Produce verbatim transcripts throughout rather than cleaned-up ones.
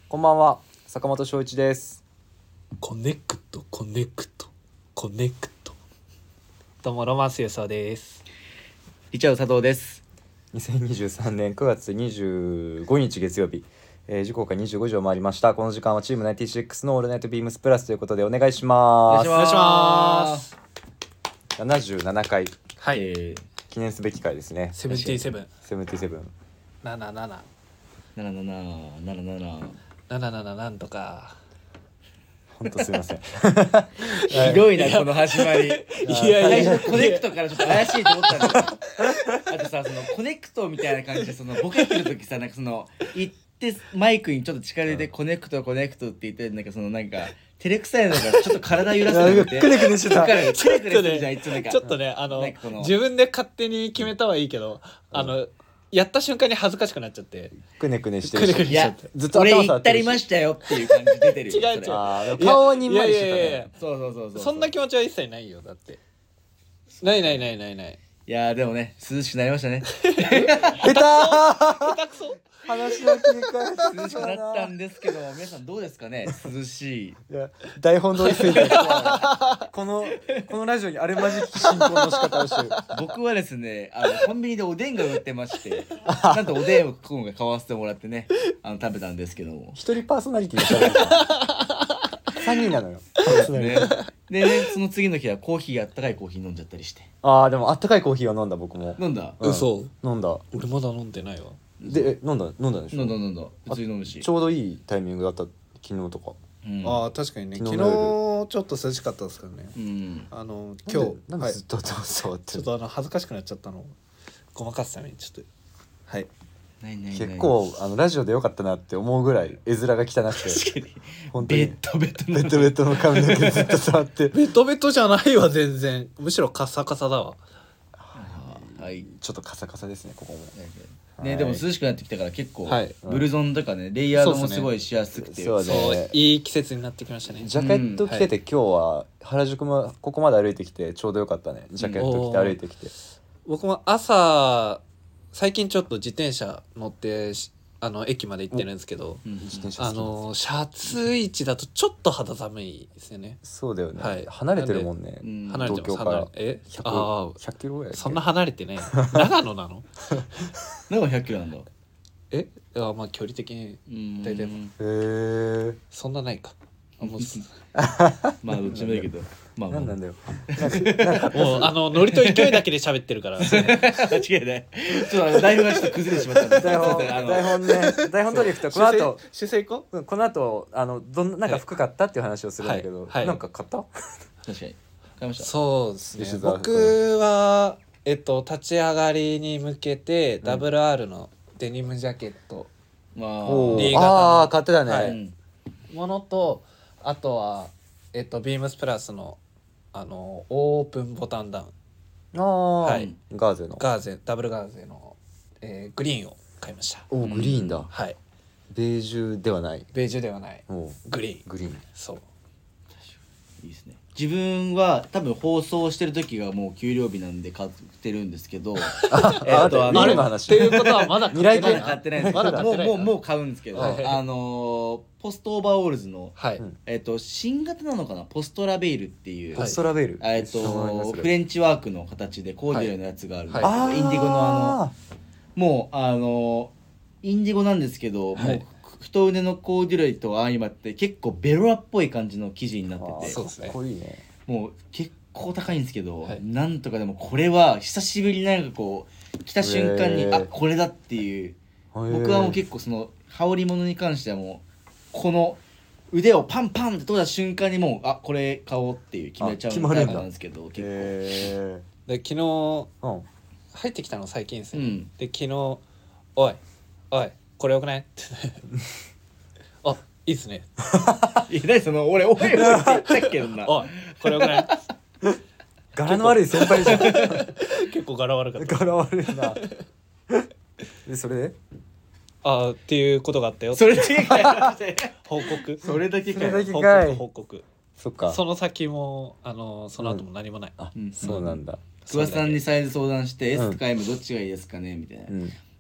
こんばんは、坂本翔一です。 コネクトコネクトコネクト。どうもロマンス予想です。 リチャード佐藤です。 にせんにじゅうさんねんくがつにじゅうごにち月曜日、えー、時刻がにじゅうごじを回りました。この時間はチームナインティシックスのオールナイトビームスプラスということでお願いします。 お願いします。 ななじゅうななかい、 はい、 えー、 記念すべき回ですね。 セブンティーセブンセブンティーセブンななななななななななななななななんとか。 本当すいませんひどいなこの始まり。いやいやコネクトからちょっと怪しいと思ったんだよ。あとさ、そのコネクトみたいな感じでそのボケてる時さ、なんかその言ってマイクにちょっと力入れてコネクトコネクトって言ってなんかそのなんか照れくさいのがちょっと体揺らすのってくねくねしてた。 くねくねするじゃんいつもなんか。 ちょっとね、あのなんかこの自分で勝手に決めたはいいけど、あのやった瞬間に恥ずかしくなっちゃって、 くねくねしてるし、 くねくねいやずっと俺頭触ってるし。 言ったりましたよっていう感じ出てるよ。 違う違うそれあー顔にんまりしてたいやいやいやいね。 そうそうそうそう。 そんな気持ちは一切ないよ。だってないないないないない。 いやーでもね涼しくなりましたね。 下手ー下手くそ。 話の切り替え涼しくなったんですけど皆さんどうですかね。涼しい。 いや台本通り過ぎてこのこのラジオにあるまじき進行の仕方をしてる。 僕はですねあのコンビニでおでんが売ってましてなんとおでんを今回買わせてもらってねあの食べたんですけども一人パーソナリティで喋るからさんにんなのよ、 ね、でねその次の日はコーヒーあったかいコーヒー飲んじゃったりして。 あーでもあったかいコーヒーは飲んだ。僕も飲んだうん嘘。 飲んだ。 俺まだ飲んでないわ。 でえ飲んだ飲んだでしょ。 飲んだ飲んだ普通に飲むしちょうどいいタイミングだった昨日とか。 うんああ確かにね昨日昨日のちょっと涼しかったですからね。 うんあの今日はいなんでずっと触ってるちょっとあの恥ずかしくなっちゃったの。 ごまかすためにちょっと。 はいないないない結構あのラジオでよかったなって思うぐらい絵面が汚くて確かに本当にベッドベッドベッドベッドの髪の毛ずっと触ってベトベトじゃないわ全然。むしろカサカサだわ。 はいちょっとカサカサですねここも。 ねでも涼しくなってきたから結構はいブルゾンとかねレイヤードもすごいしやすくてそうですねそういい季節になってきましたね。 ジャケット着てて、今日は原宿もここまで歩いてきてちょうどよかったね。ジャケット着て歩いてきて、 僕も朝最近ちょっと自転車乗ってしあの駅まで行ってるんですけど、 うん自転車好きあのシャツ位置だとちょっと肌寒いですよね。 そうだよね、 はい離れてるもんね。 うん離れてます。 東京から離れえひゃくあひゃくキロぐらいだっけあそんな離れてね長野なのなんかひゃっキロなんだ。 えあまあ距離的にうん大体へえそんなないか。あもうすまあどっちもいいけどまあまあ何なんだよなんかもうあのノリと勢いだけで喋ってるから間違いない。ちょっとあの台本がちょっと崩れてしまったんで台本すいませんあの台本ね台本通りいくとこの後姿勢行こうんこの後あのどんなんか服買ったっていう話をするんだけど、 はいはいなんか買った確かに買いました。 そうですね吉沢僕はえっと立ち上がりに向けて ダブルアール のデニムジャケットまあおー新潟のあー買ってたね、 はいうんものとあとはえっとビームスプラスのあのオープンボタンダウンああ、 はいガーゼのガーゼダブルガーゼの、えーグリーンを買いました。 おグリーンだ、 はいベージュではない。 ベージュではないおグリーン。 グリーンそういいですね。自分は多分放送してる時がもう給料日なんで買ってるんですけどえっとあの未来の話っていうことはまだ未来系まだ買ってないんですまだ買ってないもうもうもう買うんですけどはいあのーポストオーバーオールズのはい、 うんえっと新型なのかなポストラベールっていうポストラベル、 えっとフレンチワークの形でコーデュロイのやつがあるんですけどはインディゴのあのもうあのインディゴなんですけど、 はいもう太腕のコーデュロイと相まって結構ベロラっぽい感じの生地になってあーてそうですねかっこいいね。 もう結構高いんですけど、 はいなんとかでもこれは久しぶりになんかこう着た瞬間にへーあこれだっていう僕はもう結構その羽織物に関してはもうこの腕をパンパンって取った瞬間にもうあこれ買おうっていう決めちゃうあ決まるんだタイプなんですけど結構、 へで昨日ーうん入ってきたの最近ですね、 うんで昨日おいおいこれよくないってあいいっすねいや何その俺おいおいって言ったっけどなおいこれよくない柄の悪い先輩じゃん結構柄悪かった柄悪いなでそれであっていうことがあったよそれだけかよ報告それだけかよそれだけ報かい告報告そっかその先もあのその後も何もない、 あうんそうなんだ桑田さんにサイズ相談してうん S とか M どっちがいいですかねみたいな、 うん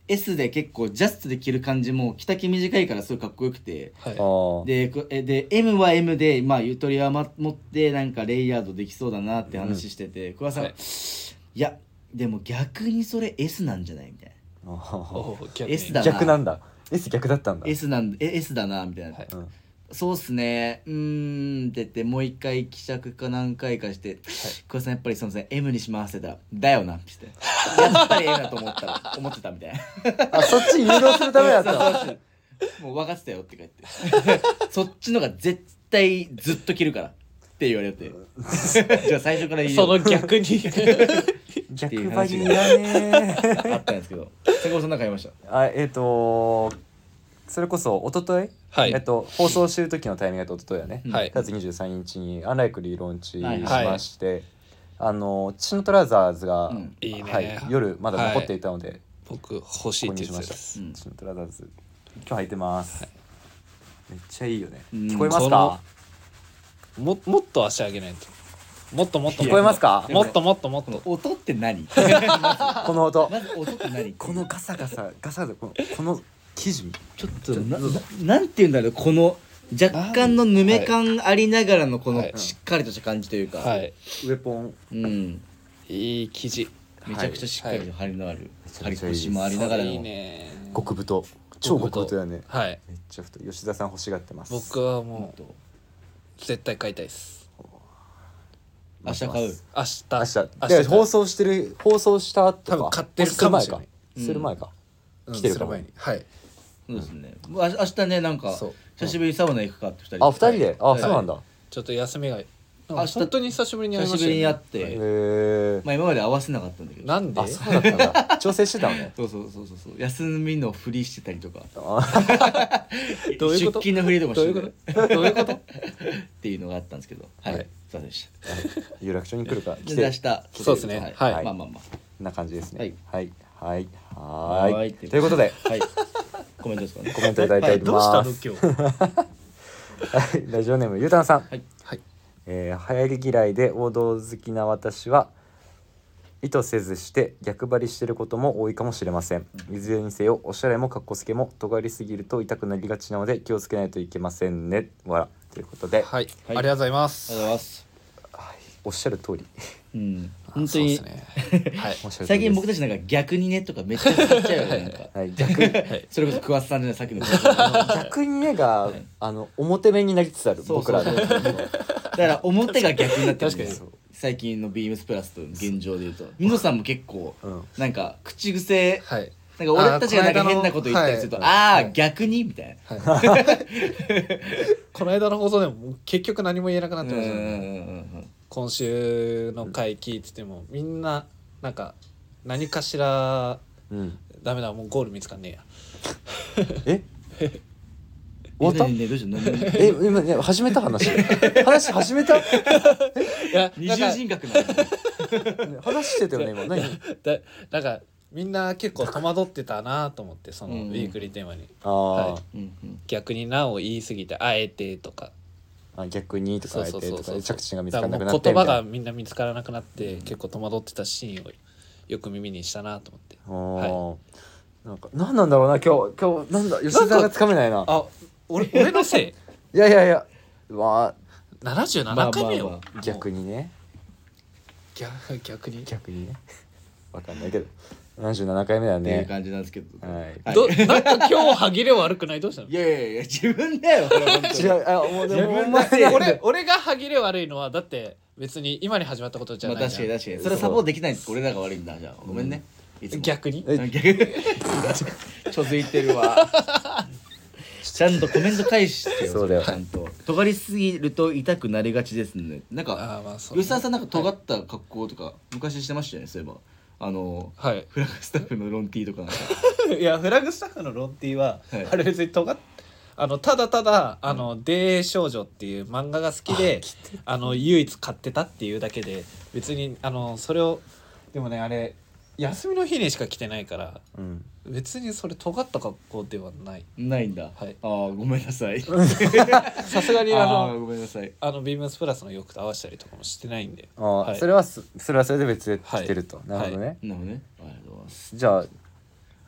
S で結構ジャストで着る感じも着丈短いからすごいかっこよくて、 はいあーでこえで M は M でまあゆとりはま持ってなんかレイヤードできそうだなって話してて、桑田さんが、 はいいやでも逆にそれ S なんじゃないみたいな、 あーおー逆に S だ逆なんだ S 逆だったんだ S なんえ S だなみたいな、 はいうんそうっすねうーんって言ってもう一回希釈か何回かして「桑田さんやっぱりすいません M にします」って言ったら「だよな」って言ってやっぱり M だと思ったら思ってたみたいなあそっちに誘導するためだったのそうそうそうもう分かってたよって書いてそっちのが絶対ずっと着るからって言われてじゃあ最初から言うよその逆に逆張りいらねーあったんですけど坂本さん何か買いましたあえっ、とそれこそ一昨日、 はいえっと放送してる時のタイミングだと一昨日だね、 はいくがつにじゅうさんにちにアンライクリーローンチしはいまして、あのチノトラザーズが、 うんいいねはい、夜まだ残っていたので、 僕欲しいって言ってたやつうんチノトラザーズ今日履いてます、めっちゃいいよね、 うん聞こえますこかのももっと足上げないともっともっと聞こえますかもっともっともっこのと音って何この音まず音って何このガサガサガサガサこのこの生地ちょっとなななんて言うんだろうこの若干のぬめ感ありながらのこのはいしっかりとした感じというか、 はいウェポンうん、 いい生地めちゃくちゃしっかりと張りのある、張りめちゃめちゃいいです腰もありながらのいいね極太超極太だよねはいめっちゃ太い吉田さん欲しがってます僕はほんもとう絶対買いたいです明日買う明日明日明で放送してる放送した後か多分買ってるかもしれないする前かうん来てるかもその前にはいそうですねあ明日ねなんかそう久しぶりにサウナ行くかってふたりあ二人であはいそうなんだちょっと休みが明日本当に久しぶりに会い久ましたよねしぶりに会っへて、 えまあ今まで合わせなかったんだけどなんであそうだったんだ調整してたのねそうそうそうそうそう休みのふりしてたりとかあどういうこと出勤のふりとかどういうしてことどういうことっていうのがあったんですけどはい、 はいすいませんでし有楽町に来るからた来てで明日そうですねはい、 はいまあまあまこんな感じですねはいはいはいはーはいいということであはいコメントですかねコメントいただいておりどうしたますの今日はいラジオネームゆうたんさんはいはいえー流行り嫌いで王道好きな私は意図せずして逆張りしてることも多いかもしれません。いずれにせよおしゃれもかっこつけも尖りすぎると痛くなりがちなので気をつけないといけませんね。わらということで、 はい、 はいありがとうございまありすがとうございますはいおっしゃる通り。 うんあ本当に、 そうですねはいおっしゃる通りです最近僕たちなんか逆にねとかめっちゃ使っちゃうよねなんかはい逆それこそ桑田さんじゃないさっきの逆にねが、 いあの表面になりつつあるそう僕らの。 そうそうそうだから表が逆になってるんです確よ最近のビームスプラスと現状で言うとミノさんも結構うんなんか口癖はいなんか俺たちがなんか変なこと言ったりするとああー逆にみたいなこの間の放送でももう結局何も言えなくなってましたねうんうんうんうん今週の回聞いててもみんななんか何かしらうん。 ダメだもうゴール見つかんねえやえ？終わった？ ねねどうした何々 え今ね始めた話話始めた？ いや二なんか重人格なの話してたよね今何？ だなんかみんな結構戸惑ってたなと思ってそのウうんィークリーテーマにああ、 はいうんうん逆になを言い過ぎてあえてとかあ逆にとかそう言ってとかそうそうそうで着地が見つからなくなだからもう言葉ってみたいながみんな見つからなくなって結構戸惑ってたシーンをよく耳にしたなと思っておーなんか何なんだろうな今日今日なんだ吉沢がつかめないなあ俺俺のせいいやいやいやまななじゅうななかいめよ、 まあまああ逆にね逆逆に逆にねわかんないけどななじゅうななかいめだっていうね感じなんですけどはいどなんか今日歯切れ悪くないどうしたのいやいやいや自分だよこれ本当に違うあもうでも自分お前のせいで俺俺が歯切れ悪いのはだって別に今に始まったことじゃまあないじゃん、 確かに確かにそれはサポートできないんです俺らが悪いんだじゃあごめんねいつも逆にえ逆にちょづいてるわちゃんとコメント返してよそうだよちゃんと尖りすぎると痛くなりがちですねなんかあーまあそう吉沢さんなんか尖った格好とか昔してましたよねそういえばあのはいフラグスタッフのロンティーとかなんかいやフラグスタッフのロンティは、 はいあれ別に尖っあのただただ「あのデー少女」っていう漫画が好きであの唯一買ってたっていうだけで別にあのそれをでもねあれ休みの日にしか着てないからうん別にそれ尖った格好ではないないんだ、 はいああごめんなさいさすがにああーのごめんなさいあのビームスプラスの洋服と合わせたりとかもしてないんであー、 はいそれはそそれはそれで別で着てると、 はいなるほどね、 なるほどねありがとうございますじゃあ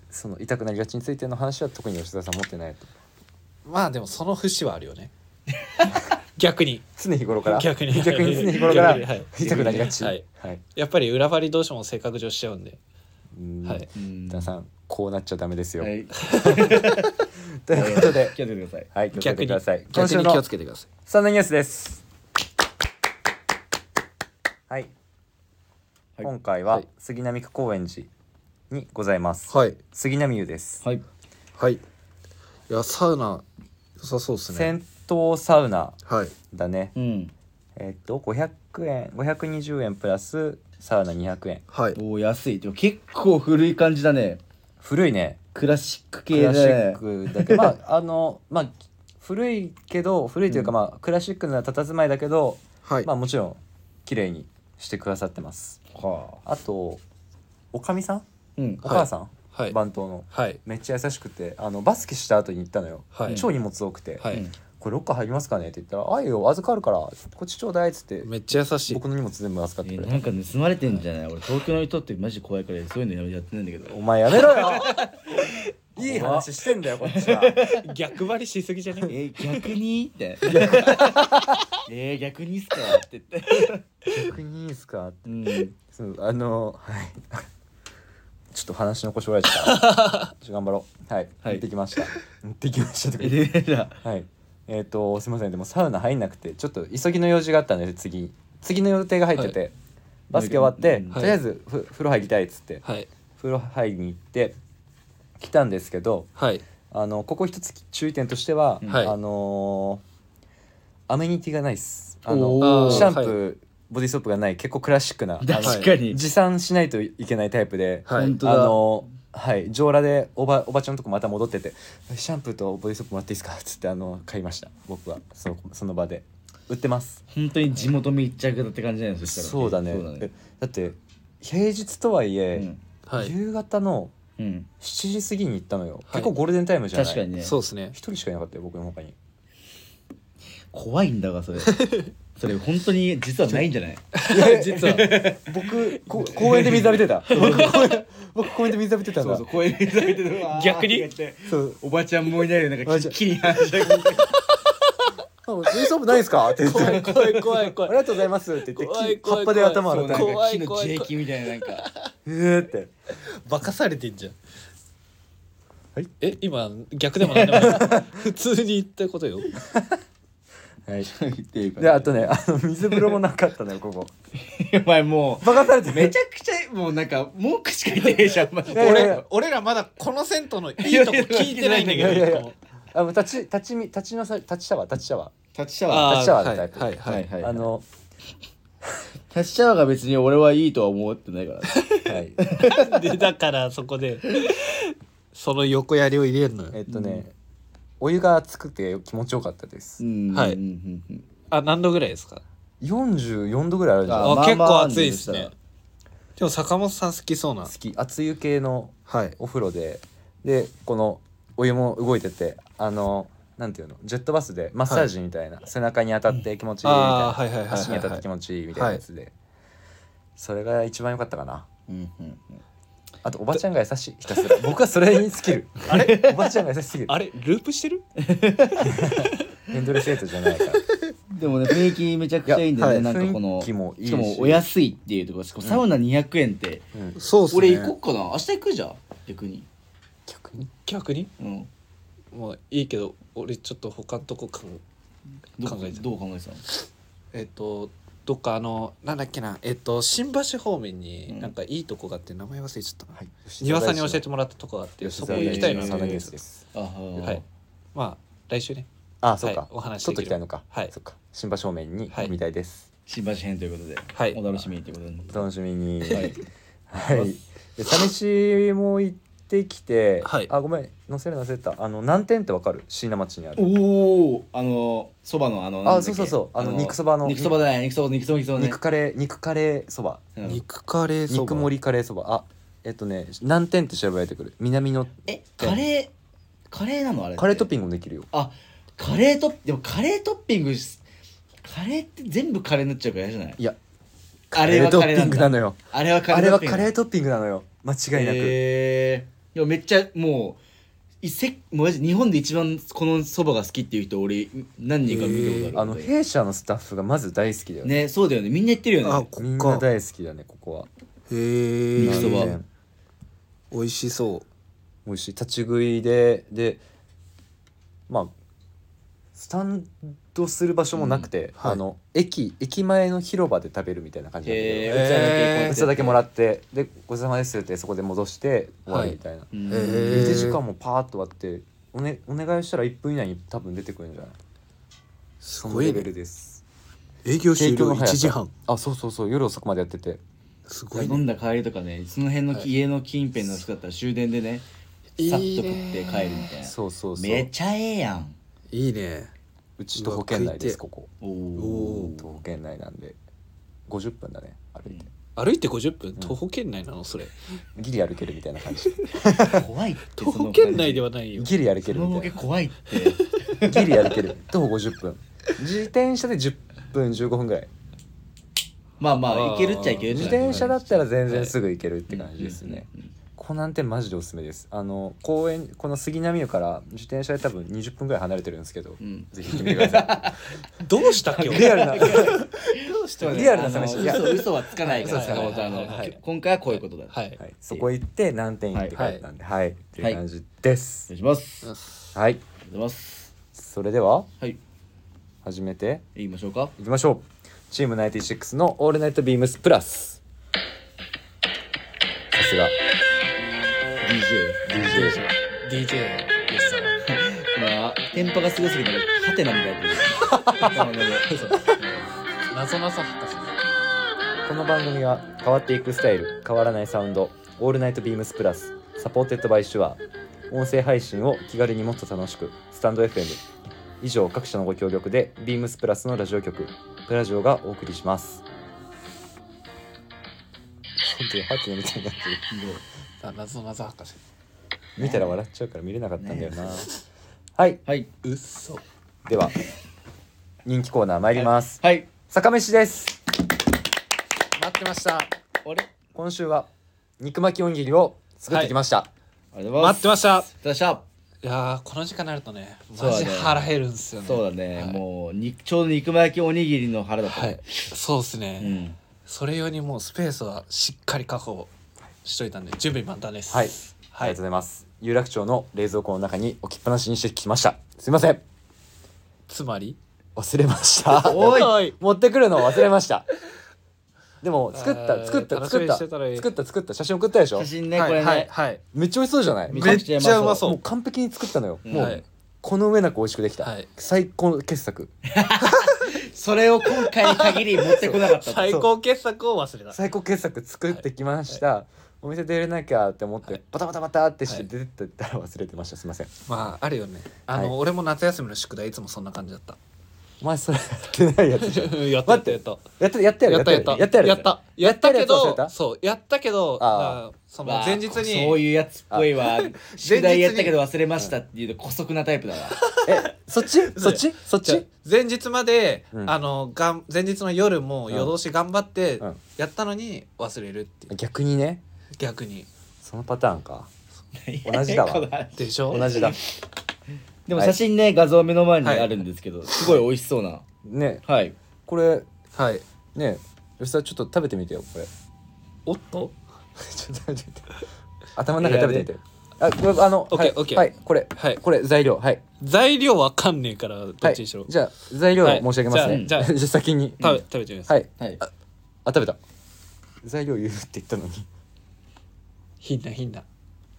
その痛くなりがちについての話は特に吉田さん持ってないと。 まあでもその節はあるよね逆に常日頃から逆に逆に常日頃から逆にはい痛くなりがち。 はいはい。 やっぱり裏張りどうしても性格上しちゃうんで、 うんはいうん皆さんこうなっちゃダメですよ。 はいということで、 気をつけてください。 はい、気をつけてください。今逆に気を週のつけてください。 サンダーニュースです。はい。 はい今回ははい杉並区高円寺にございます。 はい杉並湯です。 はい。 はい。いやサウナ良さそうですね。 銭湯サウナはい。 だね。 うん。 えっとごひゃくえん、ごひゃくにじゅうえんプラスサウナにひゃくえん。 はい。 おお安い。でも結構古い感じだね。 古いね。 クラシックク系だラシねッ。クだけど、まああのまあ古いけど古いというか、まあクラシックな佇まいだけど、 はい。 まあもちろん綺麗にしてくださってます。 はあ。 あとおかみさん、 うん。 お母さん、 はい。 番頭のはい。 めっちゃ優しくて、あのバスケした後に行ったのよ、 はい超荷物多くて、 はい。 うんこれロッカー入りますかねって言ったら「あいよ預かるからこっちちょうだい」っつってめっちゃ優しい。 僕の荷物全部預かってくれた、 えなんか盗まれてんじゃない？俺東京の人ってマジ怖いからそういうのやってないんだけど。 お前やめろよいい話してんだよこっちは。 逆張りしすぎじゃね？ え逆にってえー、逆にっすかって言って逆にいいですか。 うんそうあのはいちょっと話残し終われちゃったちょっと頑張ろう。はい、 はい行ってきました行ってきましたとかえ言ってでだはいえっ、とすいませんでもサウナ入んなくてちょっと急ぎの用事があったんで次次の予定が入ってて、 はバスケ終わって、 うんとりあえずふ風呂入りたいっつってはい。 風呂入りに行って来たんですけど、 はい。 あのここ一つ注意点としては、 はいあのーアメニティがないっす。あおのーシャンプー、ボディーソープがない結構クラシックな、あの確かに持参しないといけないタイプで、 はい本。当だあのはい上裸でおばおばちゃんのとこまた戻っててシャンプーとボディーソープもらっていいですかっつってあの買いました僕はそのその場で売ってます。 本当に地元密着だって感じなんですよ。 そうだねそうだねえだって平日とはいえ、 うんはい。 夕方のうんしちじ過ぎに行ったのよ、 はい結構ゴールデンタイムじゃない。 確かにねそうですね。 一人しかいなかったよ僕の他に。 怖いんだがそれそれ本当に実はないんじゃない？ 実は僕こ公園で水浴びてた僕公園僕公園で水浴びてたんだ。 そうそう公園で見てるわ逆にーってそうおばちゃんもいないでなんかおばちゃんきっきり話しかけてあボディーソープないですかって言って怖い怖い怖いあ怖いりがとうございますって言って怖い怖い葉っぱで頭洗そうなんったの怖いか木の樹液みたいななんかえーってバカされてんじゃん。 はいえ今逆でもなんでもない普通に言ったことよ。 はいっていうかであとねあの水風呂もなかったのよここお前もバカされてうめちゃくちゃもうなんか文句しか言ってねえじゃんマジでいやいやいや俺俺らまだこの銭湯のいいとこ聞いてないんだけどいやいやいや一個もあの立ち立ちみ立ちのさ立ちシャワー立ちシャワ立ちシャワーあー立ちシャワーのタイプはいはいはいはいーあの立ちシャワーが別に俺はいいとは思ってないからはいでだからそこでその横やりを入れるのよ。 えっとねお湯が熱くて気持ちよかったですうんはいうんうんうんあ何度ぐらいですか？ よんじゅうよんどぐらいあるんじゃんああまあまあ結構暑いですねね。でも坂本さん好きそうな。 好き熱湯系のはい。 お風呂ででこのお湯も動いててあのなんていうのジェットバスでマッサージみたいな、背中に当たって気持ちいいみたいな、 あーはいはいはいはいはい足に当たって気持ちいいみたいなやつで、それが一番良かったかな。 うんうんうんあとおばちゃんが優しいひたすら僕はそれに尽きるあれおばちゃんが優しすぎるあれループしてる？ エンドレスエイトじゃないからでもね雰囲気めちゃくちゃいいんだよねいやなんかこの雰囲気もいいししかもお安いっていうところしかもサウナにひゃくえんってうんそうっすね。 俺行こっかな明日行くじゃん逆に逆に逆にうんもういいけど俺ちょっと他のとこかんどう考えてたどう考えてたのえっとどっかあのなんだっけなえっと新橋方面にうんなんかいいとこがあって名前忘れちゃったな、 はい庭さんに教えてもらったとこがあってそこ行きたいなと思ってサウナニュースですあははいまあ来週ねあそうか、 はいお話ちょっとできれば行きたいのかはいそっか新橋方面にはいみたいです、 新橋編ということではいお楽しみにということでお楽しみにはいはいで試しも行ってきて、 はいあごめん載せる載せたあの南天ってわかる椎名町にあるおおあのそばのあのなんだっけそうそうそうあの肉そばの肉そばだね肉そば肉そば肉そばね肉カレー肉カレーそばうん肉カレーそば肉盛りカレーそばあえっとね南天って調べられてくる南のえカレーカレーなのあれってカレートッピングもできるよあカレートッでもカレートッピングしカレーって全部カレーになっちゃうから嫌じゃないいやあれはカレートッピンカレーなんだグなのよあれはカレあれはートッピングカレートッピングなのよ間違いなく、 へでもめっちゃもういせマジ日本で一番このそばが好きっていう人俺何人か見たことあるあの弊社のスタッフがまず大好きだよねね。そうだよね、みんな言ってるよあね。 みんこっかな大好きだねここは。 へ肉そばえ美味しそう。 美味しい立ち食いででまあスタンドする場所もなくて、 うんはいあの駅駅前の広場で食べるみたいな感じなんだけど、 へえ、 へーお茶だけもらってでごちそうさまですってそこで戻して終わりみたいな、 うんへー茹で時間もパーッと割ってお,、ね、お願いしたらいっぷん以内に多分出てくるんじゃない。 すごいねそのレベルです。 営業終了提供の速さいちじはん。 あそうそうそう夜遅くまでやっててすごいね。 飲んだ帰りとかね、その辺の家の近辺の人だったら終電でねさっと食って帰るみたいな。 そうそうそうめっちゃええやん。 いいね。 うち徒歩圏内ですうわここおおおー徒歩圏内なんでごじゅっぷんだね歩いて、 歩いてごじゅっぷん徒歩圏内なのそれ。 ギリ歩けるみたいな感じ怖いって。 徒歩圏内でははないよ。 ギリ歩けそのるみたいなボケ怖いってギリ歩ける徒歩ごじゅっぷん自転車でじゅっぷんじゅうごふんぐらい。 まあまああーいけるっちゃいけるっちゃ自転車だったら全然すぐ行けるって感じですね。 うんうんうんコナン店マジでおすすめです。あの公園この杉並湯から自転車で多分にじゅっぷんぐらい離れてるんですけど、 うんぜひ行ってみてくださどうした今い。 日。 リアルなちょっとねリアルなあの話いや嘘嘘はつかないからそうですね坂本あのはいはい今回はこういうことだおはい。 はい、そこ行って何点って書いてたんで、はい、っていう感じです。 願いします。ありがとはい、 うございます。 それでははい、 始めて言いましょうか。 いきましょう。チームナインティシックスのオールナイトビームスプラス。さすがディージェー。 ディージェー。 ディージェー ですよ。 今テンポがすごすぎてハテナみたいになってる。頭の上で謎謎博士。 この番組は変わっていくスタイル、変わらないサウンド、オールナイトビームスプラス、サポーテッドバイシュア、音声配信を気軽にもっと楽しく、スタンド エフエム、以上各社のご協力でビームスプラスのラジオ局、プラジオがお送りします。本当にハテナみたいになってる。 あ謎謎博士。 見たら笑っちゃうから見れなかったんだよな。はい、 はい。 うっそ。 では人気コーナー参ります。 はい。 酒飯です。 待ってました。 あれ今週は肉巻きおにぎりを作ってきました。 ありがとうございます。 待ってました。 ありがとうございました。 いやーこの時間になるとねマそうだねジ腹減るんすよね。 そうだね、 はいもうにちょうど肉巻きおにぎりの腹だった。 はい。そうですね。 うん。 それ用にもうスペースはしっかり確保しといたんで準備万端です。 はい、あはいりがとうございます。有楽町の冷蔵庫の中に置きっぱなしにしてきました。すいません、 つまり忘れましたおいおい持ってくるのを忘れました。でも作ったえー作った楽しみ作ったにしてたらいい作った作った写真送ったでしょ。 写真ね、 はいこれね、 はいはい。 めっちゃ美味しそうじゃない。 めめっちゃうまそうもう完璧に作ったのよ。 うんもう、 はいこの上なく美味しくできた、 はい最高の傑作。 それを今回に限り持ってこなかったと。 最高傑作を忘れた。 最高傑作作ってきました、お店出れなきゃって思って、 はいバタバタバタってしてはい出てったら忘れてました。すいません。 まああるよね。あの、 はい俺も夏休みの宿題いつもそんな感じだった。 お前それやってないやつじゃん。 やったやったやった。 やってやってやるやったやったやってやるやったやったけやったやつ忘れどたそうやったけどあーまあそのまあ前日にそういうやつっぽいわ。宿題やったけど忘れましたっていう姑息なタイプだわ。 えそっちそっちそっじゃあち前日まで、 うんあのがん前日の夜もうん夜通し頑張ってうんやったのに忘れるっていう逆にね、 逆にそのパターンか。同じだわこの話でしょ同じだでも写真ね、画像目の前にあるんですけど、すごい美味しそうな。 ね。 はい。 これはいね、吉田ちょっと食べてみてよこれ。 おっとちょっと食べてみて。頭の中で食べてみて。あ、これあの、 オッケーはいオッケーはい、これ、 はいこれ材料、はい。 材料わかんねえからどはい。 っちにしろ、 じゃあ材料はい申し上げますね。 じゃあじゃあじゃあ先に。 食べ食べてみます、 はい。 はい。 あ、食べた。材料言うって言ったのに。 ひんなひんな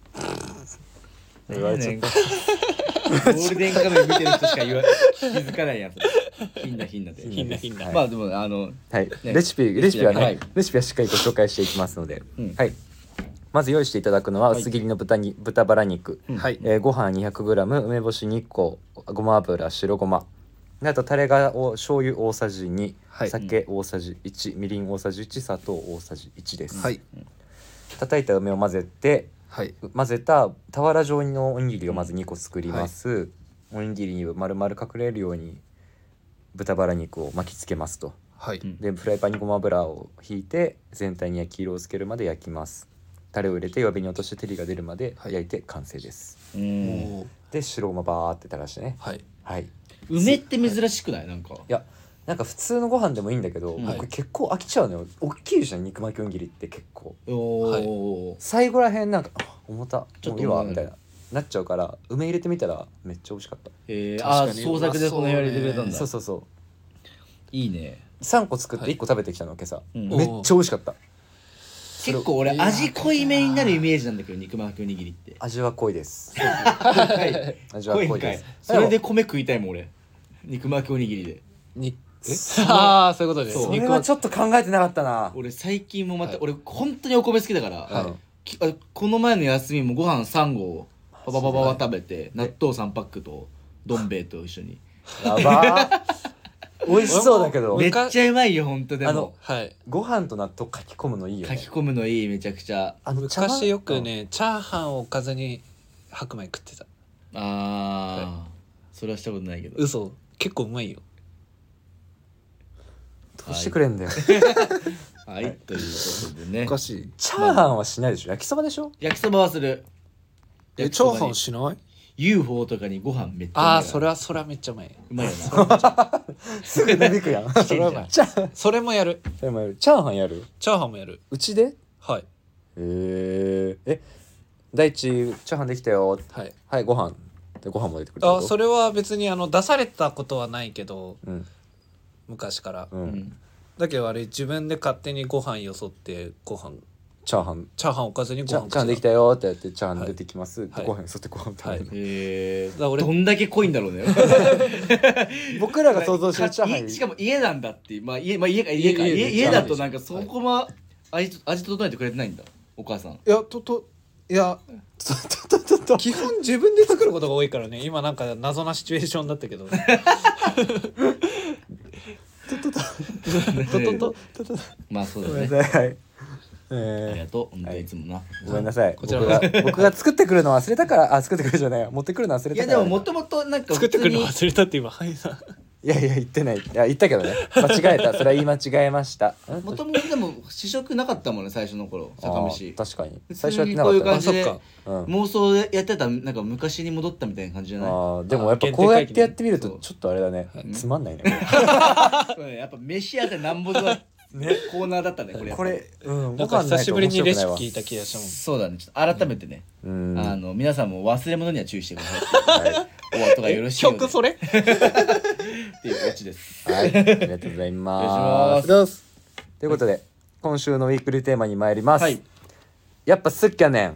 言われちゃった。 ゴールデンカムイ見てる人しか言わ気づかないやつ。ひんなひんなで。 ひんなひんな、 はいまあでもあのはい、 ねレシピレシピはね、 はいレシピはしっかりご紹介していきますので、 うんはい。まず用意していただくのははい薄切りの豚に豚バラ肉、 うんはいえーご飯 にひゃくグラム、梅干しにこ、ごま油、白ごま。であとタレがお醤油大さじに、 はい酒大さじいち、みりん大さじいち、砂糖大さじいちです。 はい叩いた梅を混ぜて、 はい混ぜた俵状のおにぎりをまずにこ作ります。おにぎりに丸々隠れるように豚バラ肉を巻きつけますと。 はいうんでフライパンにごま油をひいて全体に焼き色をつけるまで焼きます。 タレを入れて弱火に落として照りが出るまではい焼いて完成です、 うんおーで白ごまバーって垂らしてねはいはいい梅って珍しくないなんかやなんか普通のご飯でもいいんだけど、 うん僕結構飽きちゃうのよ大きいじゃん肉巻きおにぎりって結構おお最後らへんなんかあ重たちょっともういいわうんみたいななっちゃうから梅入れてみたらめっちゃ美味しかったえー、 確かにあー創作でこの辺やれてくれたんだそうそうそういいねさんこ作ってはいいっこ食べてきたの今朝、 うんめっちゃ美味しかった結構俺味濃いめになるイメージなんだけど肉巻きおにぎりって味は濃いですはい味は濃いんかい濃いですそれで米食いたいもん俺肉巻きおにぎりでにえああそういうことでそうそれ肉ははちょっと考えてなかったな俺最近もまた、 はい俺本当にお米好きだから、 はいきあこの前の休みもご飯さん合パパパパパ食べて納豆さんパックとどん兵衛と一緒にやばー美味しそうだけどめっちゃうまいよ本当であのもはいご飯と納豆かき込むのいいよね書き込むのいいめちゃくちゃあの茶碗昔よくねチャーハンをおかずに白米食ってたあー、それはしたことないけど嘘結構うまいよどうしてくれんだよはいということでねおかしいチャーハンはしないでしょ焼きそばでしょ焼きそばはするえチャー焼きそばにハンしないユーフォー とかにご飯めっちゃうまいああそれはそれはめっちゃうまいうまいよなすぐ出てくやんそれはうまいチャーそれもやるでもやるチャーハンやるチャーハンもやるうちではいへええ大地チャーハンできたよはいはいご飯でご飯も出てくるってことあそれは別にあの出されたことはないけどうん昔からううんんだけどあれ自分で勝手にご飯よそってご飯チャーハンチャーハンおかずにごチャ飯チャーハンできたよってやってチャーハン出てきます、ではいご飯そってご飯食べる、 へえだから俺どんだけ濃いんだろうね僕らが想像してるチャーハンいしかも家なんだっていうまあ家まあ家か家か家家家家だとなんかそこま味味整えてくれてないんだお母さんいやとといやちょっとちょっと基本自分で作ることが多いからね今なんか謎なシチュエーションだったけどとととまあそうだごめんねなさい、 ありえがとう本当はいにいつもなー、ごめんなさいこちら僕が僕が作ってくるの忘れたからあ作ってくるじゃないよ持ってくるの忘れいやたからでももともとなんか作ってくるの普通に忘れたって今はいさいやいや言ってないいや言ったけどね間違えたそれは言い間違えましたんもともとでも試食なかったもんね最初の頃酒あ飯ー確かに普最初通やってなかったねにこういう感じであそっかうん妄想でやってたなんか昔に戻ったみたいな感じじゃないあーでもやっぱこうやってやってみるとそうちょっとあれだねはいつまんないねそうねやっぱ飯屋でなんぼのねコーナーだったねこれやっぱこれうんなんか久しぶりにレシピご飯ないと面聞いた気がしたもんそうだねちょっと改めてね、 白くないわあの皆さんも忘れ物には注意してくださいうんはいお後がよろしいようで曲それっていうオチですはい、ありがとうございます。 お願いしますということで、今週のウィークリーテーマに参ります。 はいやっぱすっきゃねん。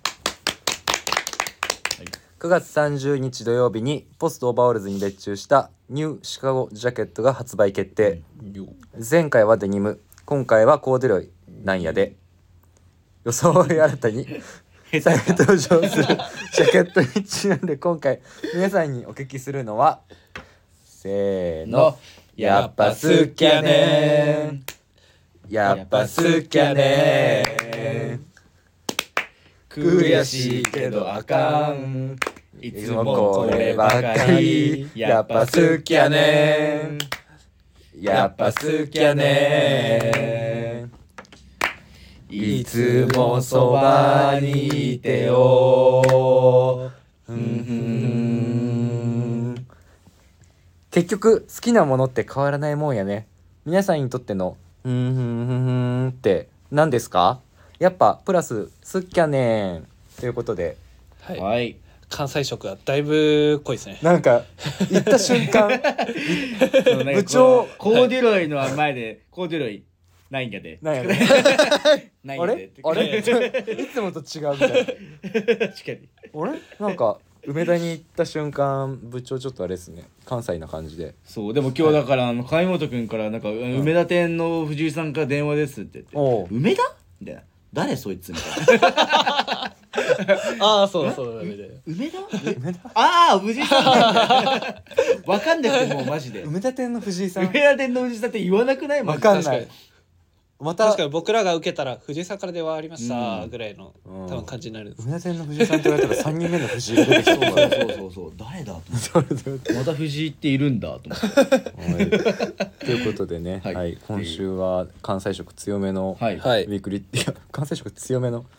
くがつさんじゅうにち土曜日にポストオーバーオールズに別注したニューシカゴジャケットが発売決定。前回はデニム、今回はコーデュロイなんやで。装い新たに再登場するジャケットにちなんで今回皆さんにお聞きするのはせーののやっぱすっきゃねーやっぱすっきゃねー悔しいけどあかんいいつつもこもこればっればっかかりりややっぱっぱすすっきゃっきゃねねーやっぱすっきゃねーいつもそばにいてよふんふん結局好きなものって変わらないもんやね。皆さんにとってのふんふんふんふんって何ですか？やっぱプラスすっきゃねーということではいはい関西色がだいぶ濃いですねなんか言った瞬間そうなんかこう部長コーデュロイの前でコーデュロイないんやでなんやねないんやであれあれいつもと違うみたいな確かにあれなんか梅田に行った瞬間部長ちょっとあれですね関西な感じでそうでも今日だからあの貝本君からなんか梅田店の藤井さんから電話ですって言っておう梅田みたいな誰そいつみたいなああそうそうみたいな梅田梅田ああ藤井さんなんだわかんなくてもうマジで梅田店の藤井さん梅田店の藤井さんって言わなくないマわジでかんないまた確かに僕らが受けたら藤井さんから電話ありましたうんぐらいのうん多分感じになるんです梅田店の藤井さんって言われたらさんにんめの藤井が出てきそうそうそうそうそう誰だと思ってまた藤井っているんだと思ってはいということでね、 ははいい今週は関西色強めのはいはいウィークリーいや関西色強めの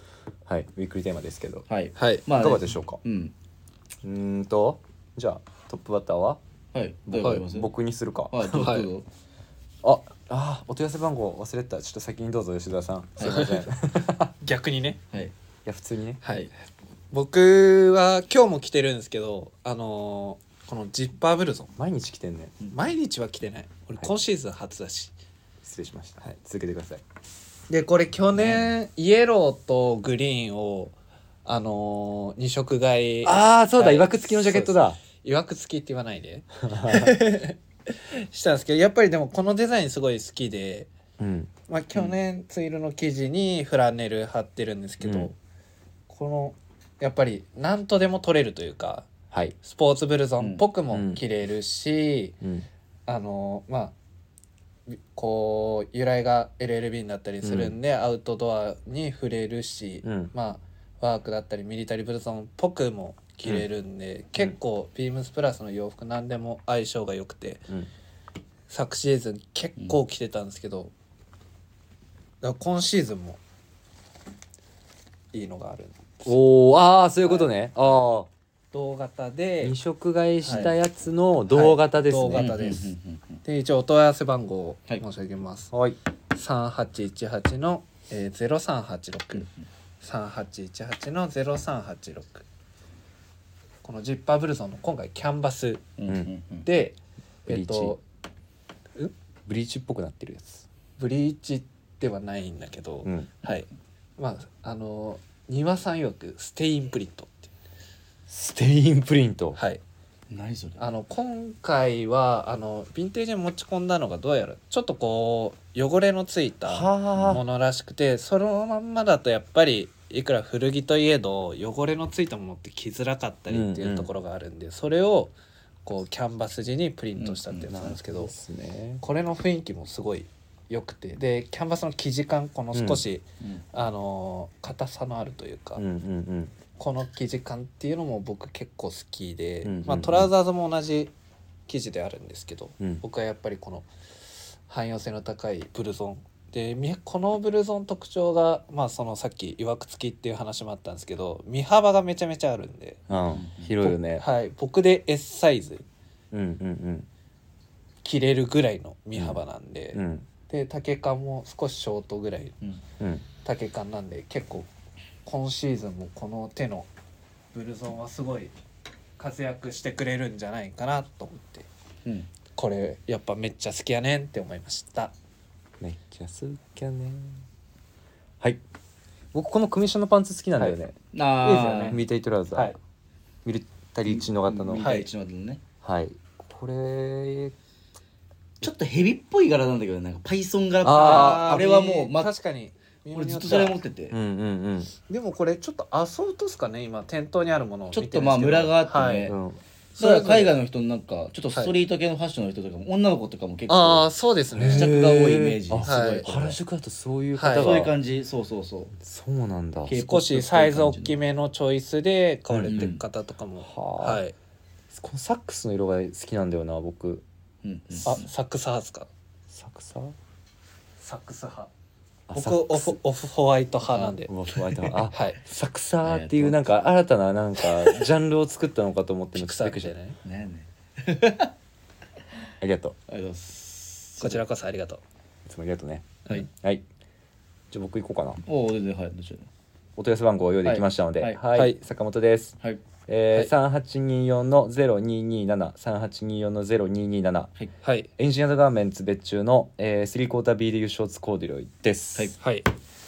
はいウィークリーテーマですけど、 はいはいまあねいかがでしょうか。 うんうーんとじゃあトップバッターははいどうやります僕にするか。 はいどうぞはいどうぞああお問い合わせ番号忘れてた。ちょっと先にどうぞ吉田さん。すいません。い逆にね。 はいや普通にね。 はい僕は今日も着てるんですけどあのーこのジッパーブルゾン毎日来てんね。 毎日は着てない俺はい今シーズン初だし、 失礼しました。 はい続けてください。 でこれ去年イエローとグリーンをあのー、に色買いああそうだ、 はいいわくつきのジャケットだ。 いわくつきって言わないでしたんですけどやっぱりでもこのデザインすごい好きで、 うんまあ、去年ツイルの生地にフラネル貼ってるんですけど、 うんこのやっぱり何とでも取れるというかはい。 スポーツブルゾンっぽくも着れるし、 うんあのまあこう由来が エルエルビー になったりするんで、アウトドアに触れるし、 うんまあワークだったりミリタリーブルゾンっぽくも着れるんで、結構ビームスプラスの洋服何でも相性が良くてうん昨シーズン結構着てたんですけど、だから今シーズンもいいのがあるんです。 おおああそういうことね。ああ同型で二色買いしたやつの同型ですはい同ね。 型ですうんうんうんうんで一応お問い合わせ番号をはい申し上げます、 はい。 さんはちいちはちの、えー、ゼロさんはちろく さんはちいちはちのゼロさんはちろくこのジッパーブルゾンの今回キャンバスうんうんうんでブリーチえっとブリーチっぽくなってるやつ。 ブリーチではないんだけど、 うん。 はいまああの庭さん曰くステインプリントっていうステインプリント。 はい何それあの今回はあのヴィンテージに持ち込んだのがどうやらちょっとこう汚れのついたはあ。 ものらしくてそのまんまだとやっぱりいくら古着といえど汚れのついたものって着づらかったりっていうところがあるんで、それをこうキャンバス地にプリントしたってやつなんですけど、 ですね。 これの雰囲気もすごい良くてでキャンバスの生地感この少し、 うんあの硬さのあるというか、 うんうんうん。 この生地感っていうのも僕結構好きで、 うんうんうんまあ、トラウザーズも同じ生地であるんですけど、 うん僕はやっぱりこの汎用性の高いブルゾンでみこのブルゾン特徴が、まあ、そのさっきいわくつきっていう話もあったんですけど身幅がめちゃめちゃあるんでうん。広いよね。 はい、僕で エス サイズうんうん着れるぐらいの身幅なんで、 うんうんで丈感も少しショートぐらいうんうん。 丈感なんで結構今シーズンもこの手のブルゾンはすごい活躍してくれるんじゃないかなと思ってうんこれやっぱめっちゃ好きやねんって思いました。 めっちゃ好きやね。はい。僕このクミションのパンツ好きなんだよね。 あいいですよねミリタリートラウザー。 はいミリタリーチノ型の。 ミリタリーチノ型のねはい。これちょっとヘビっぽい柄なんだけどなんかパイソン柄っぽいあーあれはもうま確かに俺ずっとそれ持っててうんうんうんでもこれちょっとアソートっすかね今店頭にあるものを見ちょっとてるんですけどまあムラがあってねはいうん。 だから海外の人のなんかちょっとストリート系のファッションの人とかも女の子とかも結ああ構そうですね試着が多いイメージへーすごいはいこれ原宿だとそういうはい方が、 そういう感じそうそうそうそうなんだ。 K-ポップ少しサイズ大きめのチョイスで買われてる方とかも、 はあはいこのサックスの色が好きなんだよな僕。 うんうんあサックス派ですかサクササックス派あ僕サックスオフオフホワイト派なんでうわホワイトあはいサクサーっていうなんか新たななんかジャンルを作ったのかと思ってピクサーみたいなね。 ねねえねありがとう。 ありがとうございますこちらこそありがといつもありがとうね。 うはいはい。じゃあ僕行こうかな。 おお全然はいどちらでもお問い合わせ番号を用意できましたので、は、 はいいはい坂本です。 はいえーはいさんはちによんのゼロにになな、さんはちによんのゼロにになな。 はいエンジニアードガーメンツ別注の、えー、スリークォーター ビーディー ショーツコーデュロイです。 はいはい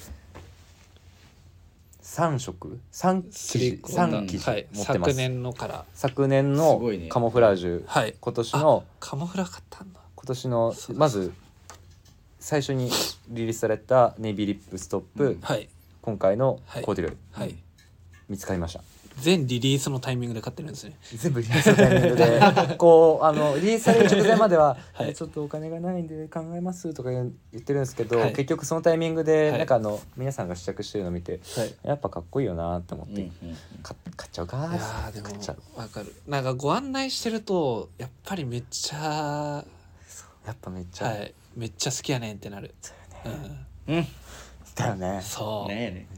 さん色さん生地クォーターさん生地はい持ってます。 昨年のから昨年すのごいねカモフラージュ、 はい今年のカモフラ買ったんだ今年のそうですまず最初にリリースされたネイビーリップストップ、 はい今回のはいコーデュロイ、 はい見つかりました。 全リリースのタイミングで買ってるんですね全部リリースのタイミングでこうあのリリースされる直前までは、 はいえちょっとお金がないんで考えますとか言う言ってるんですけど、 はい結局そのタイミングで、 はいなんかあの皆さんが試着してるのを見てはいやっぱかっこいいよなって思って、 うんうんか買っちゃうかいーやーで買っちゃうもわかるなんかご案内してるとやっぱりめっちゃやっぱめっちゃ、 はいめっちゃ好きやねんってなる、うん、 うんだよね。 そう、 ねえね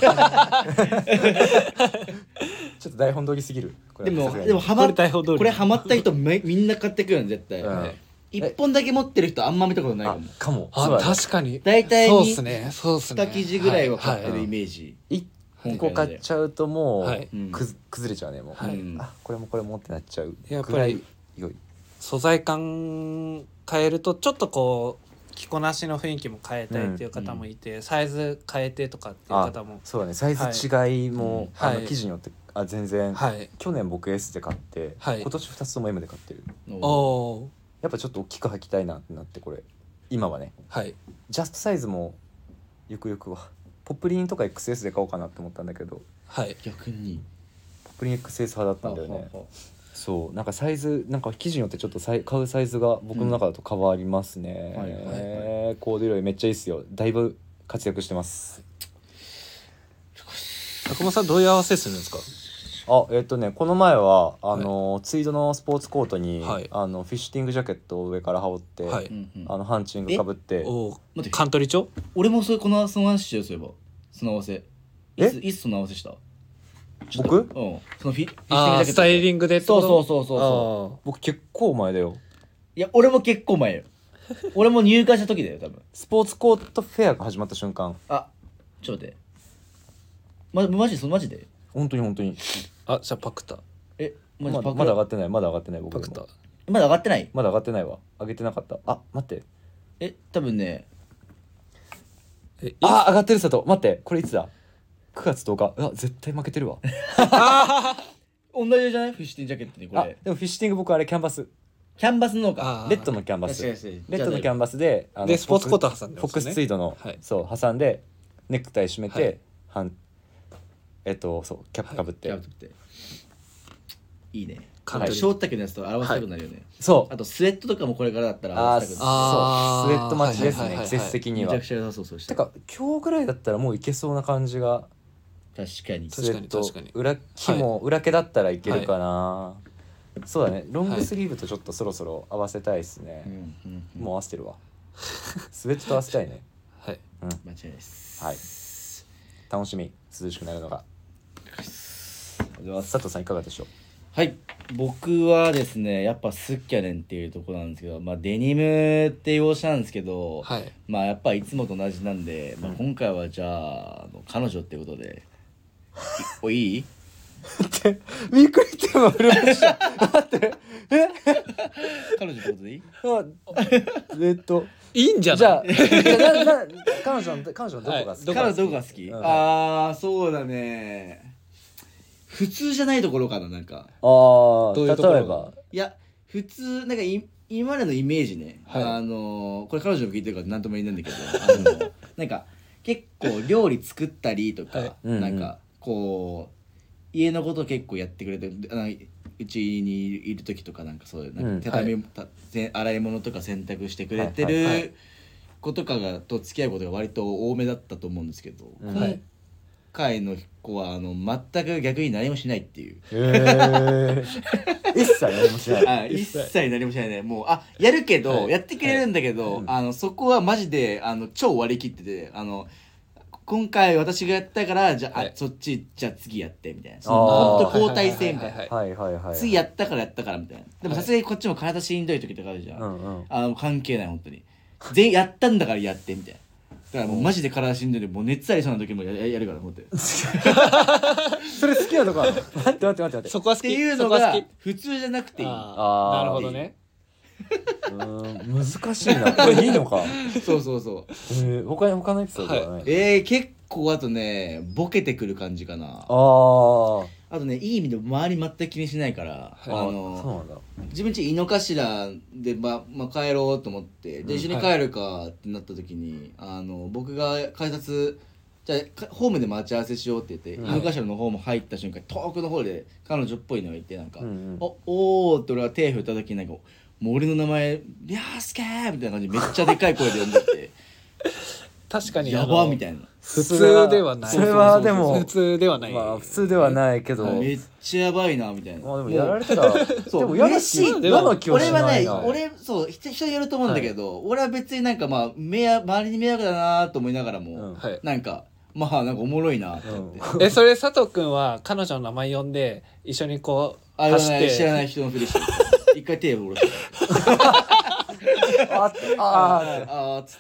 ちょっと台本通りすぎる。これでもはさすがにでもハマこれ台本通りこれハマった人めみんな買ってくるの絶対、 うん一本だけ持ってる人あんま見たことないかあも。 かも。 あそうだね確かに大体にそうっすねそうっすね二記事ぐらいは買ってるはいイメージ。 一個買っちゃうともう、 はいくず崩れちゃうねもう、 はいうんあこれもこれもってなっちゃうやっぱりぐらい良い。 素材感変えるとちょっとこう着こなしの雰囲気も変えたいっていう方もいて、サイズ変えてとかっていうあ方もそうだねサイズ違いも、あのはいはい生地によってあ全然、 はい去年僕 エス で買って、 はい今年ふたつとも エム で買ってる。 おおやっぱちょっと大きく履きたいなってなってこれ今はねはいジャストサイズもゆくゆくはポップリンとか エックスエス で買おうかなって思ったんだけどはい逆にポップリン エックスエス 派だったんだよね。 はははそうなんかサイズなんか生地によってちょっとサイ買うサイズが僕の中だと変わりますね、 うんはいはいえーコーデュロイめっちゃいいっすよ。だいぶ活躍してます。 高間さんどういう合わせするんですか？ あえっ、とねこの前はあの、ツイードのスポーツコートに、 はいあのフィッシュティングジャケットを上から羽織って、 はいうんうんあのハンチングかぶっておお待ってカントリー調俺もそれこのその話しようそういえばその合わせいえついつその合わせした僕うんそのフィフィッシュティングジャケあットースタイリングでってことそうそうそうそうそ僕結構前だよ。 いや俺も結構前よ俺も入会した時だよ多分スポーツコートフェアが始まった瞬間あちょっと待ってまマジそのマジで本当に本当にあじゃあパクタえマジまパクだまだ上がってないまだ上がってない僕パクタでもまだ上がってないまだ上がってないわ上げてなかった。あ待ってえ多分ねえいあ上がってる佐藤待ってこれいつだくがつとおか。うわ絶対負けてるわ。 同じじゃないフィッシュティングジャケットにこあれでもフィッシュティング僕あれキャンバスキャンバスのかあーレッドのキャンバス確かにレッドのキャンバスであのでスポーツコート挟んでフォックますよねスツイードの、 はいそう挟んでネクタイ締めて、 はいはんえっとそうキャップかぶって、 キャンバスっていいねカントリーショート丈のやつと合わせたくなるよねそうあとスウェットとかもこれからだったら合あーそうわせたくなるあースウェットマッチですね、 はいはいはいはい季節的にはめちゃくちゃ良さそうそうしてか今日ぐらいだったらもういけそうな感じが確かに確かにスウェット確かに裏着も、裏毛だったらいけるかな、そうだねロングスリーブとちょっとそろそろ合わせたいですねう、んうんうんもう合わせてるわスウェットと合わせたいねはいうん間違いないですはい楽しみ涼しくなるのが佐藤さんいかがでしょう。 はい僕はですねやっぱスッキャネンっていうところなんですけどまあデニムって用紙なんですけど、 はいまあやっぱいつもと同じなんで、まあ、今回はじゃああの彼女っていうことでいおいいってウィークリーテーマ振りました待ってえ彼女ってことでいいあえっといいんじゃないじゃあじゃあなな彼女の彼女のどこが好き、 はい彼女どこが好き、 うんああそうだね普通じゃないところかななんかああどういうところ例えばいや普通なんかい今までのイメージね、 はいあのーこれ彼女も聞いてるから何とも言えないんだけどあのなんか結構料理作ったりとか、 はいうんうんなんかこう家のこと結構やってくれてあのうちにいる時とかなんかそういうなんうんか手紙、たせ洗い物とか洗濯してくれてはいはいはる子とかがと付き合うことが割と多めだったと思うんですけど、 うん今回の子はあの全く逆に何もしないっていう。 えー、一切何もしないあ一切何もしないねもうあやるけど、 はいやってくれるんだけど、 はいあのそこはマジであの超割り切っててあの今回私がやったからじゃあ、 はいあそっちじゃあ次やってみたいなそあーのほんと交代制みたいな、 はいはいはいはい次やったからやったからみたいなでもさすがにこっちも体しんどい時とかあるじゃん、 うんうんあの関係ない本当に全員やったんだからやってみたいなだからもうマジで体しんどいんでもう熱ありそうな時もやややるから思ってそれ好きなとこあるの待って待って待って待ってそこは好きっていうのがそこは好き普通じゃなくていいあーあーなるほどねうーん難しいなこれいいのかそうそうそうえー、他に他のエピソードはない、 えー、結構あとねボケてくる感じかなあーあとねいい意味で周り全く気にしないから、 あーあのそうなんだ自分家井の頭で、ままあ、帰ろうと思ってで一緒に帰るかってなった時に、あの僕が改札じゃあかホームで待ち合わせしようって言って、 うん井の頭のホーム入った瞬間遠くの方で彼女っぽいのがいてなんか「 うんうんおおー」って俺は手振った時になんかもう俺の名前「ビャースケー!」みたいな感じでめっちゃでかい声で呼んでて確かにやあのばみたいな。 普通ではないそれはでも普通ではない、 まあ普通ではないけど、 めっちゃやばいなみたいな。 まあでもやられたらそうでも嫌な嬉しい気嫌な気はし俺はねないな。 俺そう人人によると思うんだけど、俺は別になんかまあ迷惑周りに迷惑だなと思いながらも、 うんはいなんかまあなんかおもろいなって思って、 えそれ佐藤君は彼女の名前呼んで一緒にこうあれは走ってね知らない人のふりしてる一回手を下ろしてあってああーっつ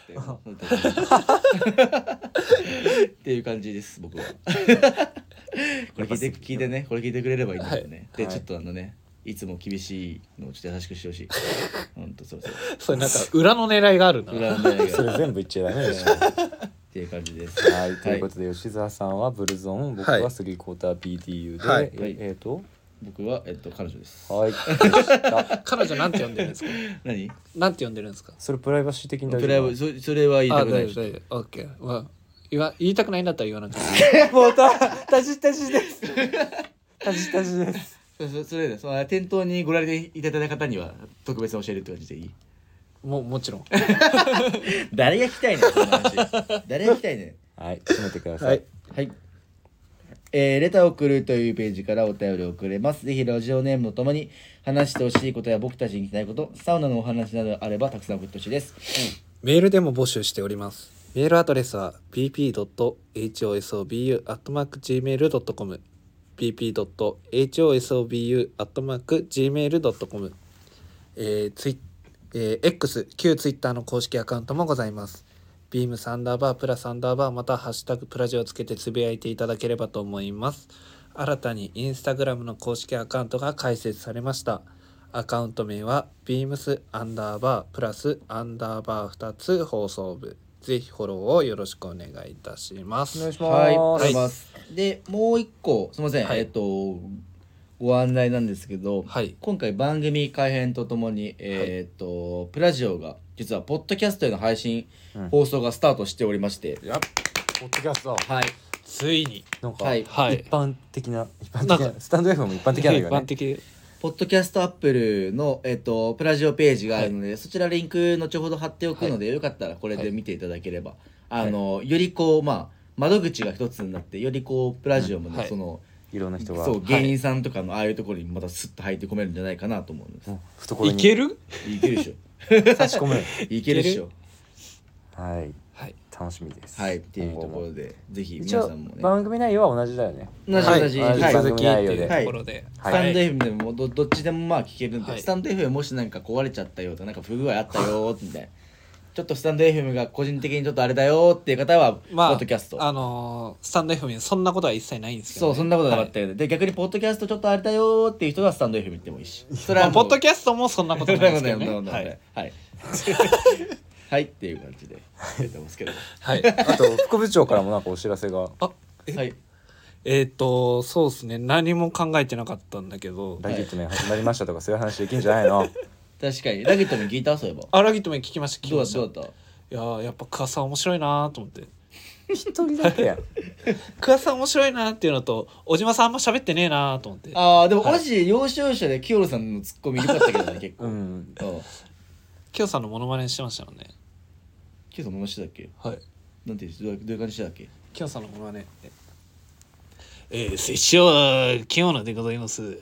ってっていう感じです僕はこれ聞いて聞いてねこれ聞いてくれればいいんだよね、ではいちょっとあのねいつも厳しいのをちょっと優しくしてほしいほんとそうそうそれなんか裏の狙いがあるな裏の狙いがそれ全部言っちゃダメでしょ。 っていう感じですはい、ということで吉沢さんはブルゾン、僕はいはスリークォーター ピーティーユー で、 はいええーと僕はえっと彼女ですはいでした彼女なんて呼んでるんですか何なんて呼んでるんですかそれプライバシー的に大プライ丈夫バそそれは言いあたくない大丈夫大丈夫オッケー、まあ、言わ言いたくないんだったら言わなくていいもうたたじたじですたじたじですそそそれでその店頭にご来店いただいた方には特別に教えるって感じでいいもうもちろん誰が聞きたいねんその話誰が聞きたいねんはい締めてください、 はいはい。えーレターを送るというページからお便りを送れます。ぜひラジオネームとともに話してほしいことや僕たちに聞きたいこと、サウナのお話などあればたくさん送ってほしいです。 メールでも募集しておりますメールアドレスは ピーピードットエイチオーエスオービーユー アットマーク ジーメールドットコム ピーピードットエイチオーエスオービーユー アットマーク ジーメールドットコム えーツイえー X 旧 Twitter の公式アカウントもございますビームスアンダーバープラスアンダーバーまたハッシュタグプラジをつけてつぶやいていただければと思います新たにインスタグラムの公式アカウントが開設されましたアカウント名は ビームス アンダーバープラスアンダーバーふたつ放送部ぜひフォローをよろしくお願いいたしますお願いします、 はい、お願いしはます。で、もう一個、すみません、 はいえっと、ご案内なんですけど、 はい今回番組改編とともに、えっと、プラジオが、実はポッドキャストへの配信、 うん放送がスタートしておりまして、 やっポッドキャストはい。 ついになんか、 はいはい一般的な一般的ななんスタンド エフエム も一般的なんだ一けどね般的ポッドキャストアップルの、えっと、プラジオページがあるので、そちらリンク後ほど貼っておくので、よかったらこれで見ていただければ、あの、よりこう、まあ、窓口が一つになって、よりこう、プラジオもね、 はいその、 いろんな人がそう、芸人さんとかのああいうところにまたスッと入って込めるんじゃないかなと思うんです。 もう懐にいけるいけるでしょ。 差し込むいけるでしょ。 はいはい楽しみですはい、っていうところで、ぜひ一応皆さんもね、 番組内容は同じだよね同じはい同じ、 はいはい、 番引き続きっていうところで、 はいスタンド エフエム でもどどっちでもまあ聞けるんで、 はいスタンド エフエム もしなんか壊れちゃったよとかなんか不具合あったよみたいなちょっとスタンド エフエム が個人的にちょっとあれだよっていう方は、 まあポッドキャストあのースタンド エフエム にそんなことは一切ないんですけど、ね、 そうそんなことなかったはいけど、で逆にポッドキャストちょっとあれだよっていう人はスタンド エフエム 行ってもいいしそれまあ、 はもうポッドキャストもそんなことないですけどねそんなことないはい、 はいはいっていう感じでやってますけどはい、 あと副部長からもなんかお知らせがあえ、 はいえーっとそうですね何も考えてなかったんだけどラギットメン始まりましたとかそういう話できんじゃないの確かにラゲットも聞いたそういえばあラギットメン聞きました聞きどうましただどうだったいやーやっぱ桑さん面白いなと思って一人だけやん桑さん面白いなっていうのと小島さんあんま喋ってねえなと思ってああでもはいマジで要所要所で清野さんのツッコミ良かったけどね結構ううんんきょうさんのモノマネしてましたもんね清野さんもしてたっけはいなんてどういうどういう感じしてたっけきょうさんのモノマネえー、拙者は清野でございます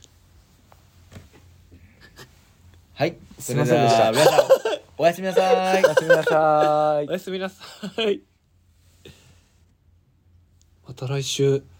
はいすいませんでしたそれでは皆さんおやすみなさいおやすみなさいおやすみなさいまた来週